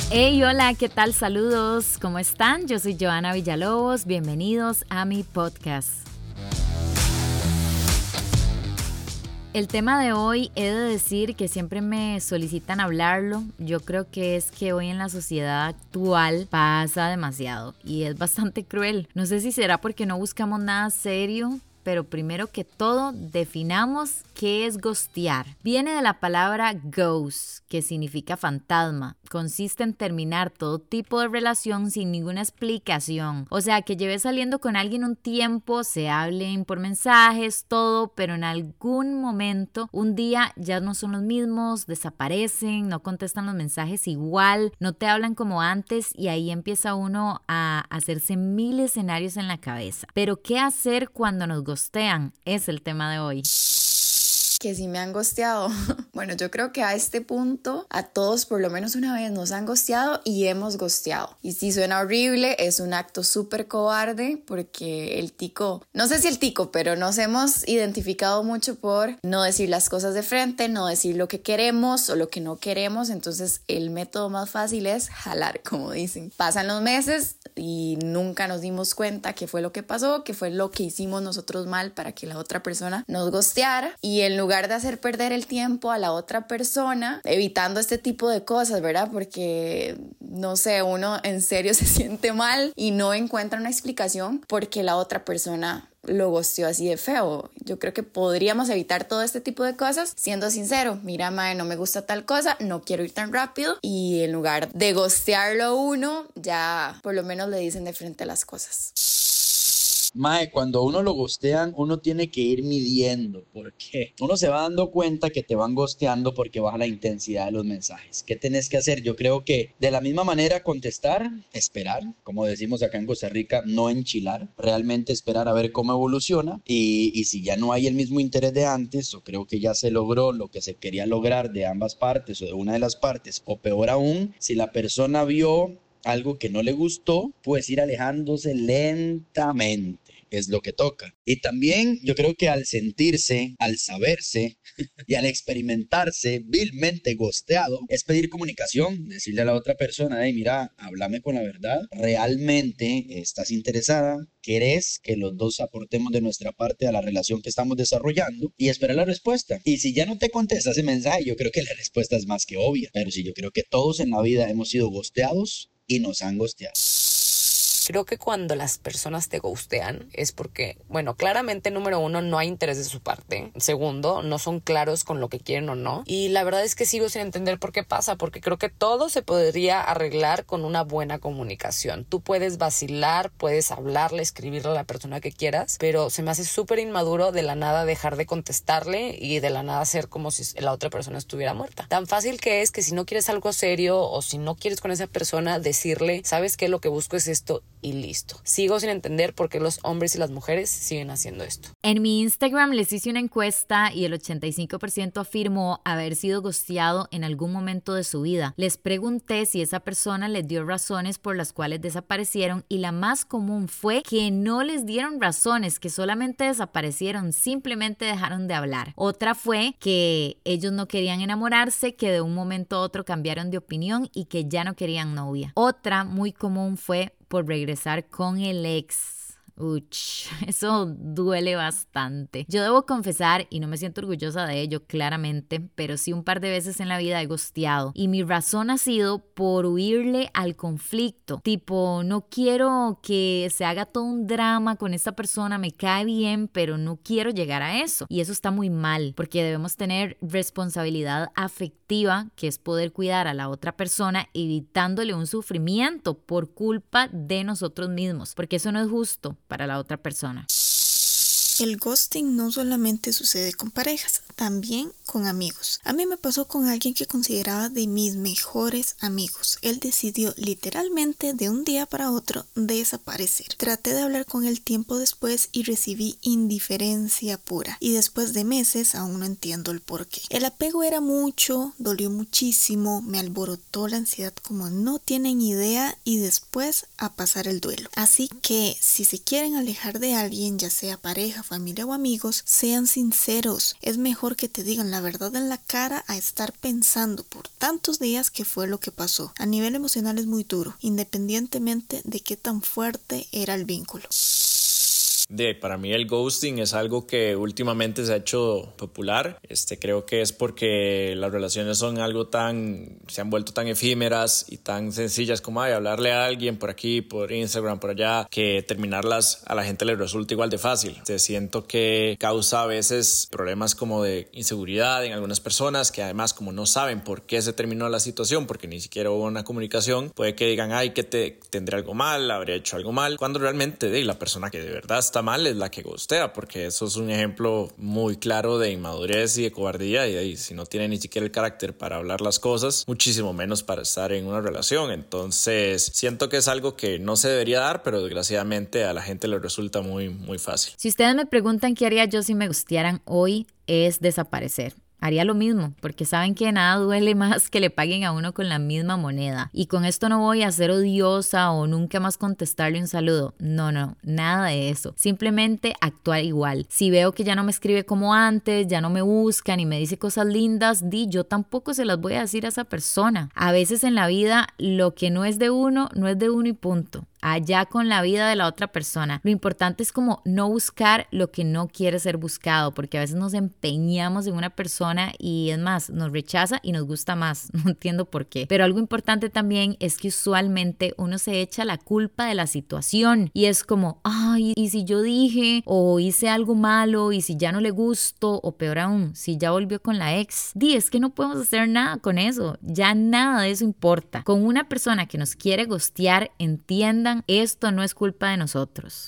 Hey, hola, ¿qué tal? Saludos, ¿cómo están? Yo soy Joana Villalobos, bienvenidos a mi podcast. El tema de hoy, he de decir que siempre me solicitan hablarlo. Yo creo que es que hoy en la sociedad actual pasa demasiado y es bastante cruel. No sé si será porque no buscamos nada serio, pero primero que todo definamos qué es ghostear. Viene de la palabra ghost, que significa fantasma. Consiste en terminar todo tipo de relación sin ninguna explicación. O sea, que lleves saliendo con alguien un tiempo, se hablen por mensajes, todo, pero en algún momento, un día ya no son los mismos, desaparecen, no contestan los mensajes igual, no te hablan como antes y ahí empieza uno a hacerse mil escenarios en la cabeza. Pero ¿qué hacer cuando nos ghostean? Es el tema de hoy. Que sí me han ghosteado. Bueno, yo creo que a este punto a todos por lo menos una vez nos han ghosteado y hemos ghosteado. Y sí suena horrible, es un acto súper cobarde porque el tico, no sé si el tico, pero nos hemos identificado mucho por no decir las cosas de frente, no decir lo que queremos o lo que no queremos. Entonces el método más fácil es jalar, como dicen. Pasan los meses y nunca nos dimos cuenta qué fue lo que pasó, qué fue lo que hicimos nosotros mal para que la otra persona nos ghosteara. Y en lugar de hacer perder el tiempo a la otra persona, evitando este tipo de cosas, ¿verdad? Porque, no sé, uno en serio se siente mal y no encuentra una explicación porque la otra persona lo ghosteó así de feo. Yo creo que podríamos evitar todo este tipo de cosas siendo sincero. Mira, mae, no me gusta tal cosa, no quiero ir tan rápido. Y en lugar de ghostearlo uno, ya por lo menos le dicen de frente las cosas. Mae, cuando uno lo ghostean, uno tiene que ir midiendo, porque uno se va dando cuenta que te van ghosteando porque baja la intensidad de los mensajes. ¿Qué tenés que hacer? Yo creo que de la misma manera contestar, esperar, como decimos acá en Costa Rica, no enchilar, realmente esperar a ver cómo evoluciona y si ya no hay el mismo interés de antes, o creo que ya se logró lo que se quería lograr de ambas partes o de una de las partes, o peor aún, si la persona vio algo que no le gustó, pues ir alejándose lentamente. Es lo que toca. Y también yo creo que al sentirse, al saberse y al experimentarse vilmente ghosteado, es pedir comunicación, decirle a la otra persona, hey, mira, háblame con la verdad, ¿realmente estás interesada? ¿Querés que los dos aportemos de nuestra parte a la relación que estamos desarrollando? Y esperar la respuesta. Y si ya no te contesta ese mensaje, yo creo que la respuesta es más que obvia. Pero sí, yo creo que todos en la vida hemos sido ghosteados y nos han ghosteado. Creo que cuando las personas te ghostean es porque, bueno, claramente, número uno, no hay interés de su parte. Segundo, no son claros con lo que quieren o no. Y la verdad es que sigo sin entender por qué pasa, porque creo que todo se podría arreglar con una buena comunicación. Tú puedes vacilar, puedes hablarle, escribirle a la persona que quieras, pero se me hace súper inmaduro de la nada dejar de contestarle y de la nada hacer como si la otra persona estuviera muerta. Tan fácil que es que si no quieres algo serio o si no quieres con esa persona, decirle, ¿sabes qué? Lo que busco es esto y listo. Sigo sin entender por qué los hombres y las mujeres siguen haciendo esto. En mi Instagram les hice una encuesta y el 85% afirmó haber sido ghosteado en algún momento de su vida. Les pregunté si esa persona les dio razones por las cuales desaparecieron y la más común fue que no les dieron razones, que solamente desaparecieron, simplemente dejaron de hablar. Otra fue que ellos no querían enamorarse, que de un momento a otro cambiaron de opinión y que ya no querían novia. Otra muy común fue por regresar con el ex. Uch, eso duele bastante. Yo debo confesar, y no me siento orgullosa de ello claramente, pero sí un par de veces en la vida he ghosteado. Y mi razón ha sido por huirle al conflicto. Tipo, no quiero que se haga todo un drama con esta persona, me cae bien, pero no quiero llegar a eso. Y eso está muy mal, porque debemos tener responsabilidad afectiva, que es poder cuidar a la otra persona, evitándole un sufrimiento por culpa de nosotros mismos, porque eso no es justo para la otra persona. El ghosting no solamente sucede con parejas, también con amigos. A mí me pasó con alguien que consideraba de mis mejores amigos. Él decidió literalmente de un día para otro desaparecer. Traté de hablar con él tiempo después y recibí indiferencia pura. Y después de meses aún no entiendo el porqué. El apego era mucho, dolió muchísimo, me alborotó la ansiedad como no tienen idea y después a pasar el duelo. Así que si se quieren alejar de alguien, ya sea pareja, familia o amigos, sean sinceros. Es mejor que te digan la verdad en la cara a estar pensando por tantos días qué fue lo que pasó. A nivel emocional es muy duro, independientemente de qué tan fuerte era el vínculo. Para mí el ghosting es algo que últimamente se ha hecho popular. Creo que es porque las relaciones son se han vuelto tan efímeras y tan sencillas como hablarle a alguien por aquí, por Instagram, por allá, que terminarlas a la gente le resulta igual de fácil. Siento que causa a veces problemas como de inseguridad en algunas personas que además como no saben por qué se terminó la situación, porque ni siquiera hubo una comunicación, puede que digan, que tendré algo mal, habría hecho algo mal, cuando realmente la persona que de verdad está mal es la que ghostea, porque eso es un ejemplo muy claro de inmadurez y de cobardía, y si no tiene ni siquiera el carácter para hablar las cosas, muchísimo menos para estar en una relación. Entonces siento que es algo que no se debería dar, pero desgraciadamente a la gente le resulta muy, muy fácil. Si ustedes me preguntan qué haría yo si me ghostearan hoy, es desaparecer. Haría lo mismo, porque saben que nada duele más que le paguen a uno con la misma moneda. Y con esto no voy a ser odiosa o nunca más contestarle un saludo. No, nada de eso. Simplemente actuar igual. Si veo que ya no me escribe como antes, ya no me busca ni me dice cosas lindas, yo tampoco se las voy a decir a esa persona. A veces en la vida lo que no es de uno, no es de uno y punto. Allá con la vida de la otra persona. Lo importante es como no buscar lo que no quiere ser buscado, porque a veces nos empeñamos en una persona y es más, nos rechaza y nos gusta más. No entiendo por qué. Pero algo importante también es que usualmente uno se echa la culpa de la situación y es como, y si yo dije o hice algo malo y si ya no le gusto o peor aún, si ya volvió con la ex. Es que no podemos hacer nada con eso. Ya nada de eso importa. Con una persona que nos quiere ghostear, entienda, esto no es culpa de nosotros.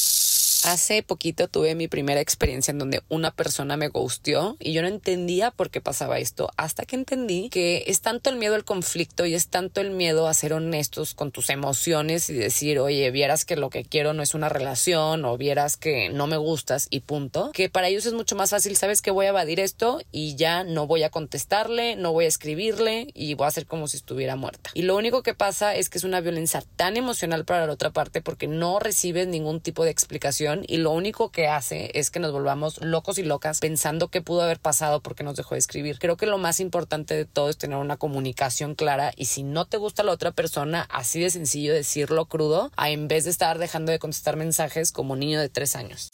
Hace poquito tuve mi primera experiencia en donde una persona me ghosteó y yo no entendía por qué pasaba esto, hasta que entendí que es tanto el miedo al conflicto y es tanto el miedo a ser honestos con tus emociones y decir, oye, vieras que lo que quiero no es una relación o vieras que no me gustas y punto, que para ellos es mucho más fácil, sabes que voy a evadir esto y ya no voy a contestarle, no voy a escribirle y voy a hacer como si estuviera muerta. Y lo único que pasa es que es una violencia tan emocional para la otra parte porque no recibes ningún tipo de explicación y lo único que hace es que nos volvamos locos y locas pensando qué pudo haber pasado porque nos dejó de escribir. Creo que lo más importante de todo es tener una comunicación clara y si no te gusta la otra persona, así de sencillo decirlo crudo, en vez de estar dejando de contestar mensajes como niño de 3 años.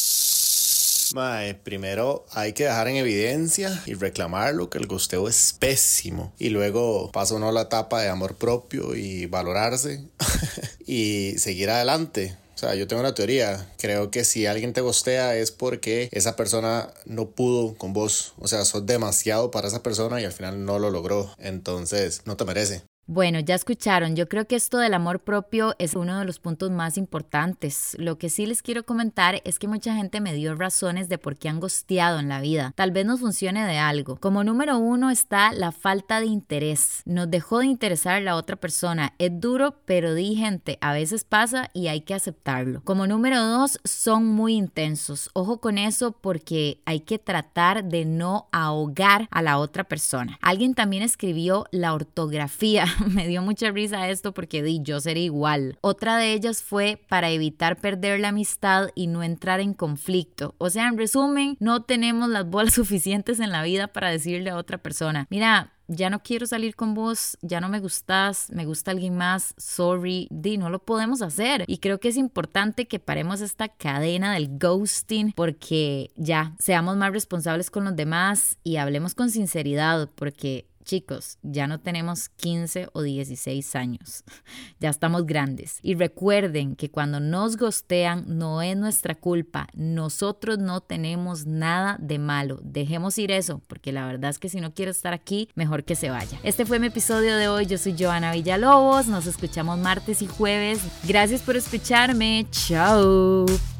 Primero hay que dejar en evidencia y reclamarlo que el ghosteo es pésimo y luego pasa uno la etapa de amor propio y valorarse y seguir adelante. O sea, yo tengo una teoría, creo que si alguien te ghostea es porque esa persona no pudo con vos, o sea, sos demasiado para esa persona y al final no lo logró, entonces no te merece. Bueno, ya escucharon, yo creo que esto del amor propio es uno de los puntos más importantes. Lo que sí les quiero comentar es que mucha gente me dio razones de por qué han ghosteado en la vida. Tal vez nos funcione de algo. Como número 1 está la falta de interés. Nos dejó de interesar la otra persona. Es duro, pero gente, a veces pasa y hay que aceptarlo. Como número 2, son muy intensos. Ojo con eso porque hay que tratar de no ahogar a la otra persona. Alguien también escribió la ortografía. Me dio mucha risa esto porque yo seré igual. Otra de ellas fue para evitar perder la amistad y no entrar en conflicto. O sea, en resumen, no tenemos las bolas suficientes en la vida para decirle a otra persona, mira, ya no quiero salir con vos, ya no me gustas, me gusta alguien más, sorry, no lo podemos hacer. Y creo que es importante que paremos esta cadena del ghosting porque ya, seamos más responsables con los demás y hablemos con sinceridad porque chicos, ya no tenemos 15 o 16 años, ya estamos grandes. Y recuerden que cuando nos ghostean no es nuestra culpa, nosotros no tenemos nada de malo. Dejemos ir eso, porque la verdad es que si no quiere estar aquí, mejor que se vaya. Este fue mi episodio de hoy, yo soy Johanna Villalobos, nos escuchamos martes y jueves. Gracias por escucharme, chao.